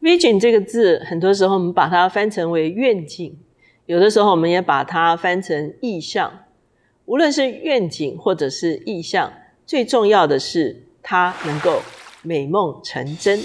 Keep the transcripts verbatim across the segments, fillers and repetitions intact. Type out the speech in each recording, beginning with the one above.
Vision 这个字，很多时候我们把它翻成为愿景，有的时候我们也把它翻成意象。无论是愿景或者是意象，最重要的是它能够美梦成真。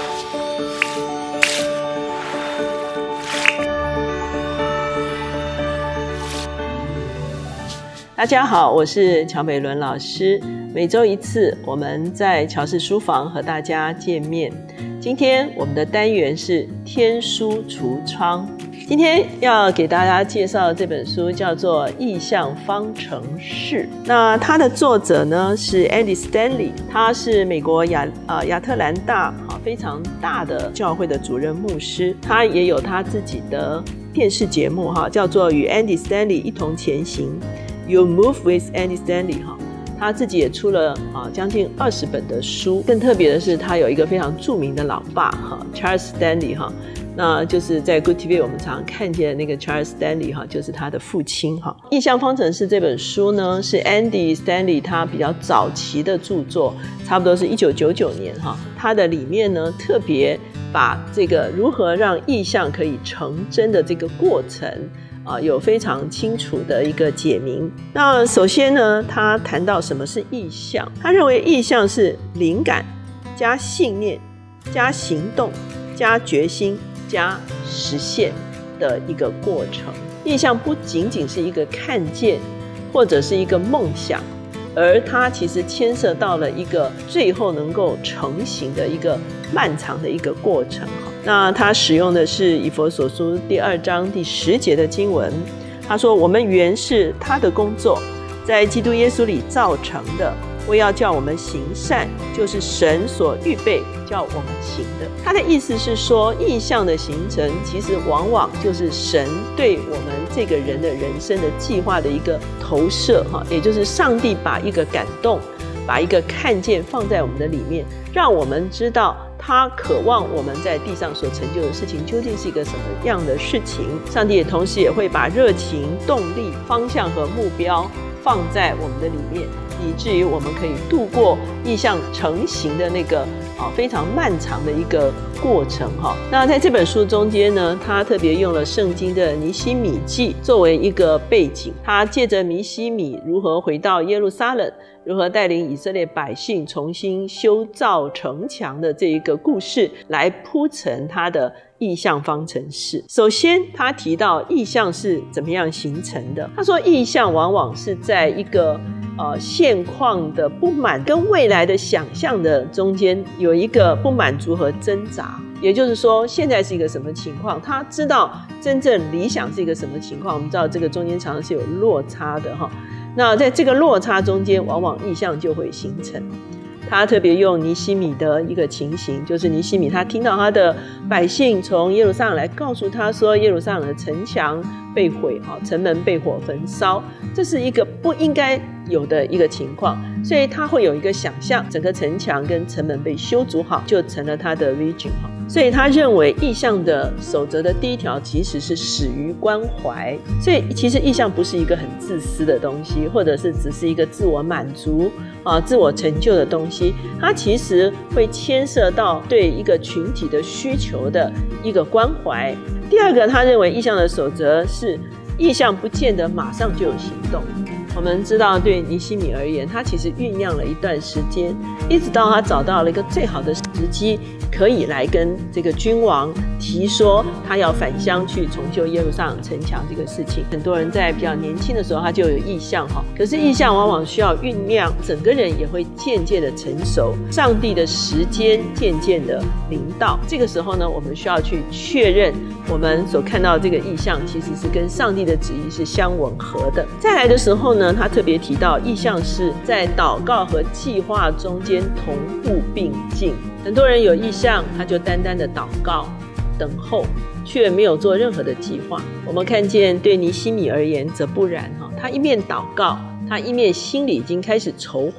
大家好，我是乔美伦老师。每周一次，我们在乔氏书房和大家见面。今天我们的单元是天书橱窗。今天要给大家介绍的这本书叫做《意象方程式》。那它的作者呢是 Andy Stanley， 他是美国亚呃亚特兰大非常大的教会的主任牧师，他也有他自己的电视节目哈，叫做《与 Andy Stanley 一同前行》。You Move with Andy Stanley 哈，他自己也出了啊将近二十本的书。更特别的是，他有一个非常著名的老爸哈 ，Charles Stanley 哈，那就是在 Good T V 我们常常看见的那个 Charles Stanley 哈，就是他的父亲哈。《意象方程式》这本书呢，是 Andy Stanley 他比较早期的著作，差不多是一九九九年哈。他的里面呢，特别把这个如何让意象可以成真的这个过程。啊，有非常清楚的一个解明。那首先呢，他谈到什么是意象，他认为意象是灵感加信念加行动加决心加实现的一个过程。意象不仅仅是一个看见或者是一个梦想，而它其实牵涉到了一个最后能够成型的一个漫长的一个过程。那他使用的是以弗所书第二章第十节的经文，他说：“我们原是他的工作，在基督耶稣里造成的，为要叫我们行善，就是神所预备叫我们行的。”他的意思是说，意象的形成其实往往就是神对我们这个人的人生的计划的一个投射，也就是上帝把一个感动，把一个看见放在我们的里面，让我们知道他渴望我们在地上所成就的事情究竟是一个什么样的事情。上帝也同时也会把热情、动力、方向和目标放在我们的里面，以至于我们可以度过意象成型的那个啊非常漫长的一个过程哈。那在这本书中间呢，他特别用了圣经的尼希米记作为一个背景，他借着尼希米如何回到耶路撒冷，如何带领以色列百姓重新修造城墙的这一个故事来铺陈他的意象方程式。首先他提到意象是怎么样形成的，他说意象往往是在一个呃现况的不满跟未来的想象的中间有一个不满足和挣扎，也就是说现在是一个什么情况，他知道真正理想是一个什么情况，我们知道这个中间常常是有落差的哈。那在这个落差中间，往往意象就会形成。他特别用尼希米的一个情形，就是尼希米他听到他的百姓从耶路撒冷来告诉他说，耶路撒冷的城墙被毁，城门被火焚烧，这是一个不应该有的一个情况，所以他会有一个想象，整个城墙跟城门被修筑好，就成了他的 vision。所以他认为意象的守则的第一条其实是始于关怀，所以其实意象不是一个很自私的东西，或者是只是一个自我满足啊、自我成就的东西，它其实会牵涉到对一个群体的需求的一个关怀。第二个，他认为意象的守则是意象不见得马上就有行动。我们知道对尼希米而言，他其实酝酿了一段时间，一直到他找到了一个最好的时机，可以来跟这个君王提说他要返乡去重修耶路撒冷城墙这个事情。很多人在比较年轻的时候他就有意象，可是意象往往需要酝酿，整个人也会渐渐的成熟，上帝的时间渐渐的临到，这个时候呢，我们需要去确认我们所看到的这个意象其实是跟上帝的旨意是相吻合的。再来的时候呢，他特别提到意象是在祷告和计划中间同步并进。很多人有意象，他就单单的祷告等候，却没有做任何的计划。我们看见对尼希米而言则不然，他一面祷告，他一面心里已经开始筹划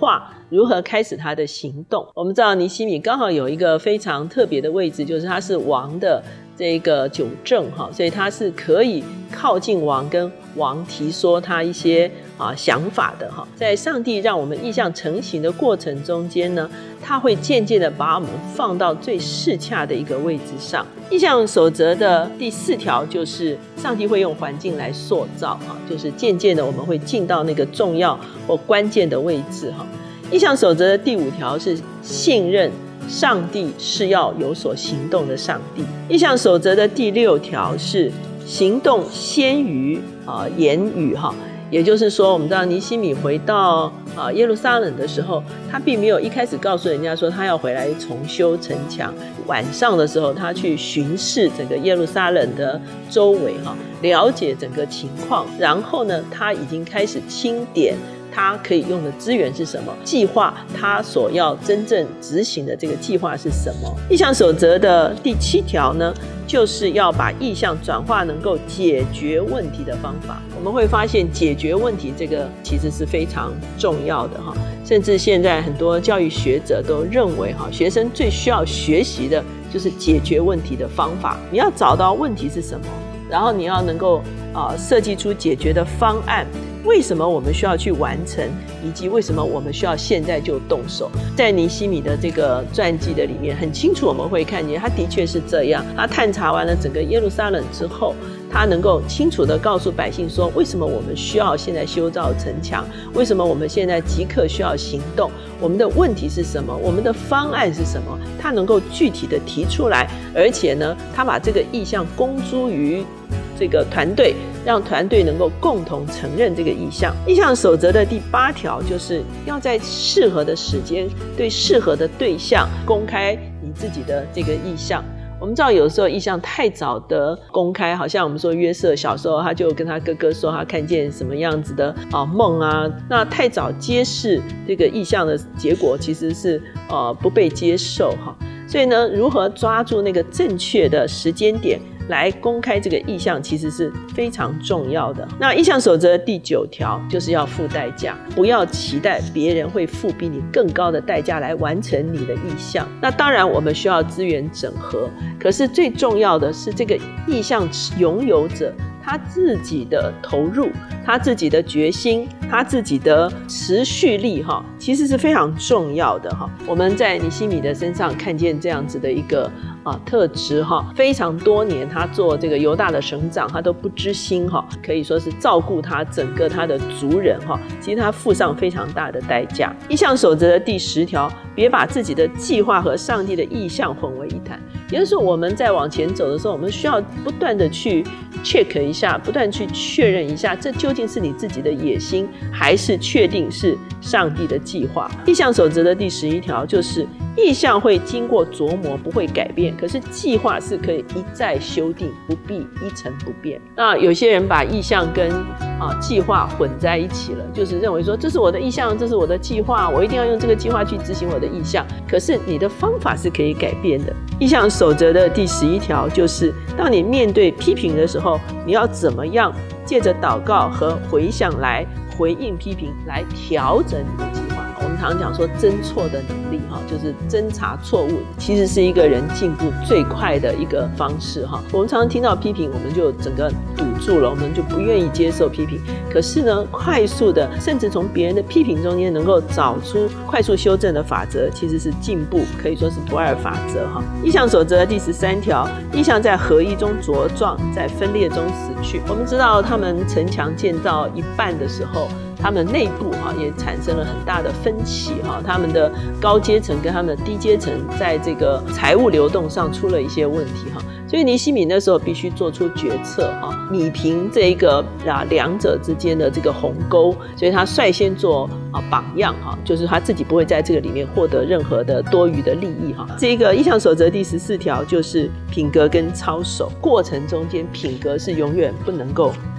如何开始他的行动。我们知道尼西米刚好有一个非常特别的位置，就是他是王的这个九正，所以他是可以靠近王，跟王提说他一些啊想法的。在上帝让我们意象成型的过程中间呢，他会渐渐的把我们放到最适恰的一个位置上。意象守则的第四条就是上帝会用环境来塑造，就是渐渐的我们会进到那个重要或关键的位置。意象守则的第五条是信任上帝是要有所行动的上帝。意象守则的第六条是行动先于、呃、言语，也就是说我们知道尼西米回到、呃、耶路撒冷的时候，他并没有一开始告诉人家说他要回来重修城墙，晚上的时候他去巡视整个耶路撒冷的周围，了解整个情况，然后呢他已经开始清点他可以用的资源是什么，计划他所要真正执行的这个计划是什么。意象守则的第七条呢，就是要把意象转化能够解决问题的方法。我们会发现解决问题这个其实是非常重要的，甚至现在很多教育学者都认为学生最需要学习的就是解决问题的方法。你要找到问题是什么，然后你要能够、呃、设计出解决的方案，为什么我们需要去完成，以及为什么我们需要现在就动手。在尼西米的这个传记的里面很清楚，我们会看见他的确是这样。他探查完了整个耶路撒冷之后，他能够清楚地告诉百姓说，为什么我们需要现在修造城墙，为什么我们现在即刻需要行动，我们的问题是什么，我们的方案是什么，他能够具体地提出来。而且呢，他把这个意象公诸于这个团队，让团队能够共同承认这个意象。意象守则的第八条就是要在适合的时间对适合的对象公开你自己的这个意象。我们知道有时候意象太早的公开，好像我们说约瑟小时候他就跟他哥哥说他看见什么样子的、啊、梦啊，那太早揭示这个意象的结果其实是、呃、不被接受。所以呢，如何抓住那个正确的时间点来公开这个意象其实是非常重要的。那意象守则的第九条就是要付代价，不要期待别人会付比你更高的代价来完成你的意象。那当然我们需要资源整合，可是最重要的是这个意象拥有者他自己的投入，他自己的决心，他自己的持续力，其实是非常重要的。我们在尼西米的身上看见这样子的一个啊、特质，非常多年他做这个犹大的省长，他都不知心，可以说是照顾他整个他的族人，其实他付上非常大的代价。意象守则的第十条，别把自己的计划和上帝的意象混为一谈。也就是说我们在往前走的时候，我们需要不断的去 check 一下，不断去确认一下，这究竟是你自己的野心，还是确定是上帝的计划。意象守则的第十一条就是意象会经过琢磨，不会改变，可是计划是可以一再修订，不必一成不变。那有些人把意象跟、啊、计划混在一起了，就是认为说这是我的意象，这是我的计划，我一定要用这个计划去执行我的意象，可是你的方法是可以改变的。意象守则的第十一条就是当你面对批评的时候，你要怎么样借着祷告和回想来回应批评，来调整你的计划。我们常常讲说侦错的能力，就是侦查错误，其实是一个人进步最快的一个方式。我们常常听到批评，我们就整个堵住了，我们就不愿意接受批评。可是呢，快速的甚至从别人的批评中间能够找出快速修正的法则，其实是进步，可以说是不二法则。意象守则第十三条，意象在合一中茁壮，在分裂中死去。我们知道他们城墙建造一半的时候，他们内部也产生了很大的分歧，他们的高阶层跟他们的低阶层在这个财务流动上出了一些问题，所以尼西米那时候必须做出决策，弭平这一个两者之间的这个鸿沟，所以他率先做榜样，就是他自己不会在这个里面获得任何的多余的利益。这个意象守则第十四条就是品格跟操守，过程中间品格是永远不能够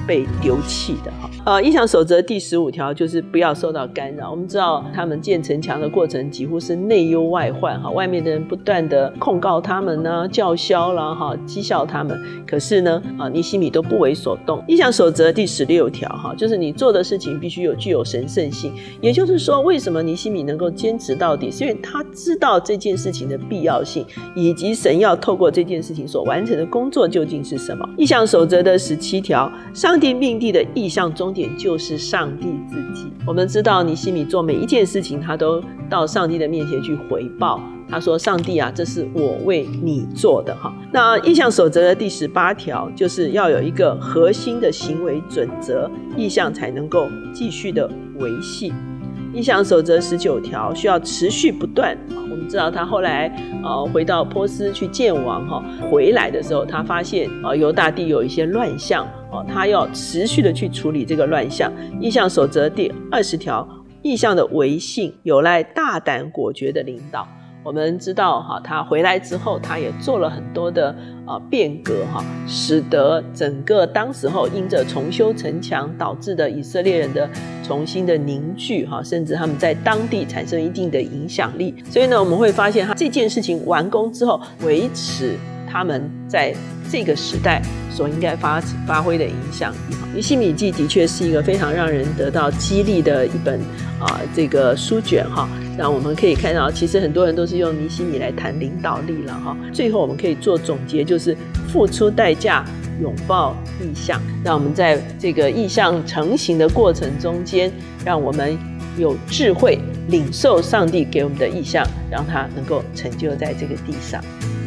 被丢弃的哈。呃，意象守则第十五条就是不要受到干扰。我们知道他们建城墙的过程几乎是内忧外患哈，外面的人不断的控告他们呢、叫嚣啦哈、讥笑他们，可是呢啊，尼希米都不为所动。意象守则第十六条哈，就是你做的事情必须有具有神圣性，也就是说，为什么尼希米能够坚持到底，是因为他知道这件事情的必要性，以及神要透过这件事情所完成的工作究竟是什么。意象守则的十七条，上帝命定的意象终点就是上帝自己。我们知道尼希米做每一件事情，他都到上帝的面前去回报，他说上帝啊，这是我为你做的哈。那意象守则的第十八条就是要有一个核心的行为准则，意象才能够继续的维系。意象守则十九条需要持续不断。我们知道他后来呃回到波斯去见王哈，回来的时候他发现呃犹大地有一些乱象哦，他要持续的去处理这个乱象。意象守则第二十条，意象的维信有赖大胆果决的领导。我们知道哈，他回来之后，他也做了很多的呃变革哈，使得整个当时候因着重修城墙导致的以色列人的重新的凝聚哈，甚至他们在当地产生一定的影响力。所以呢，我们会发现他这件事情完工之后，维持他们在这个时代所应该 发, 发挥的影响力。尼希米记的确是一个非常让人得到激励的一本啊，这个书卷哈。那我们可以看到，其实很多人都是用尼希米来谈领导力了哈。最后我们可以做总结，就是付出代价，拥抱意象，让我们在这个意象成型的过程中间，让我们有智慧领受上帝给我们的意象，让它能够成就在这个地上。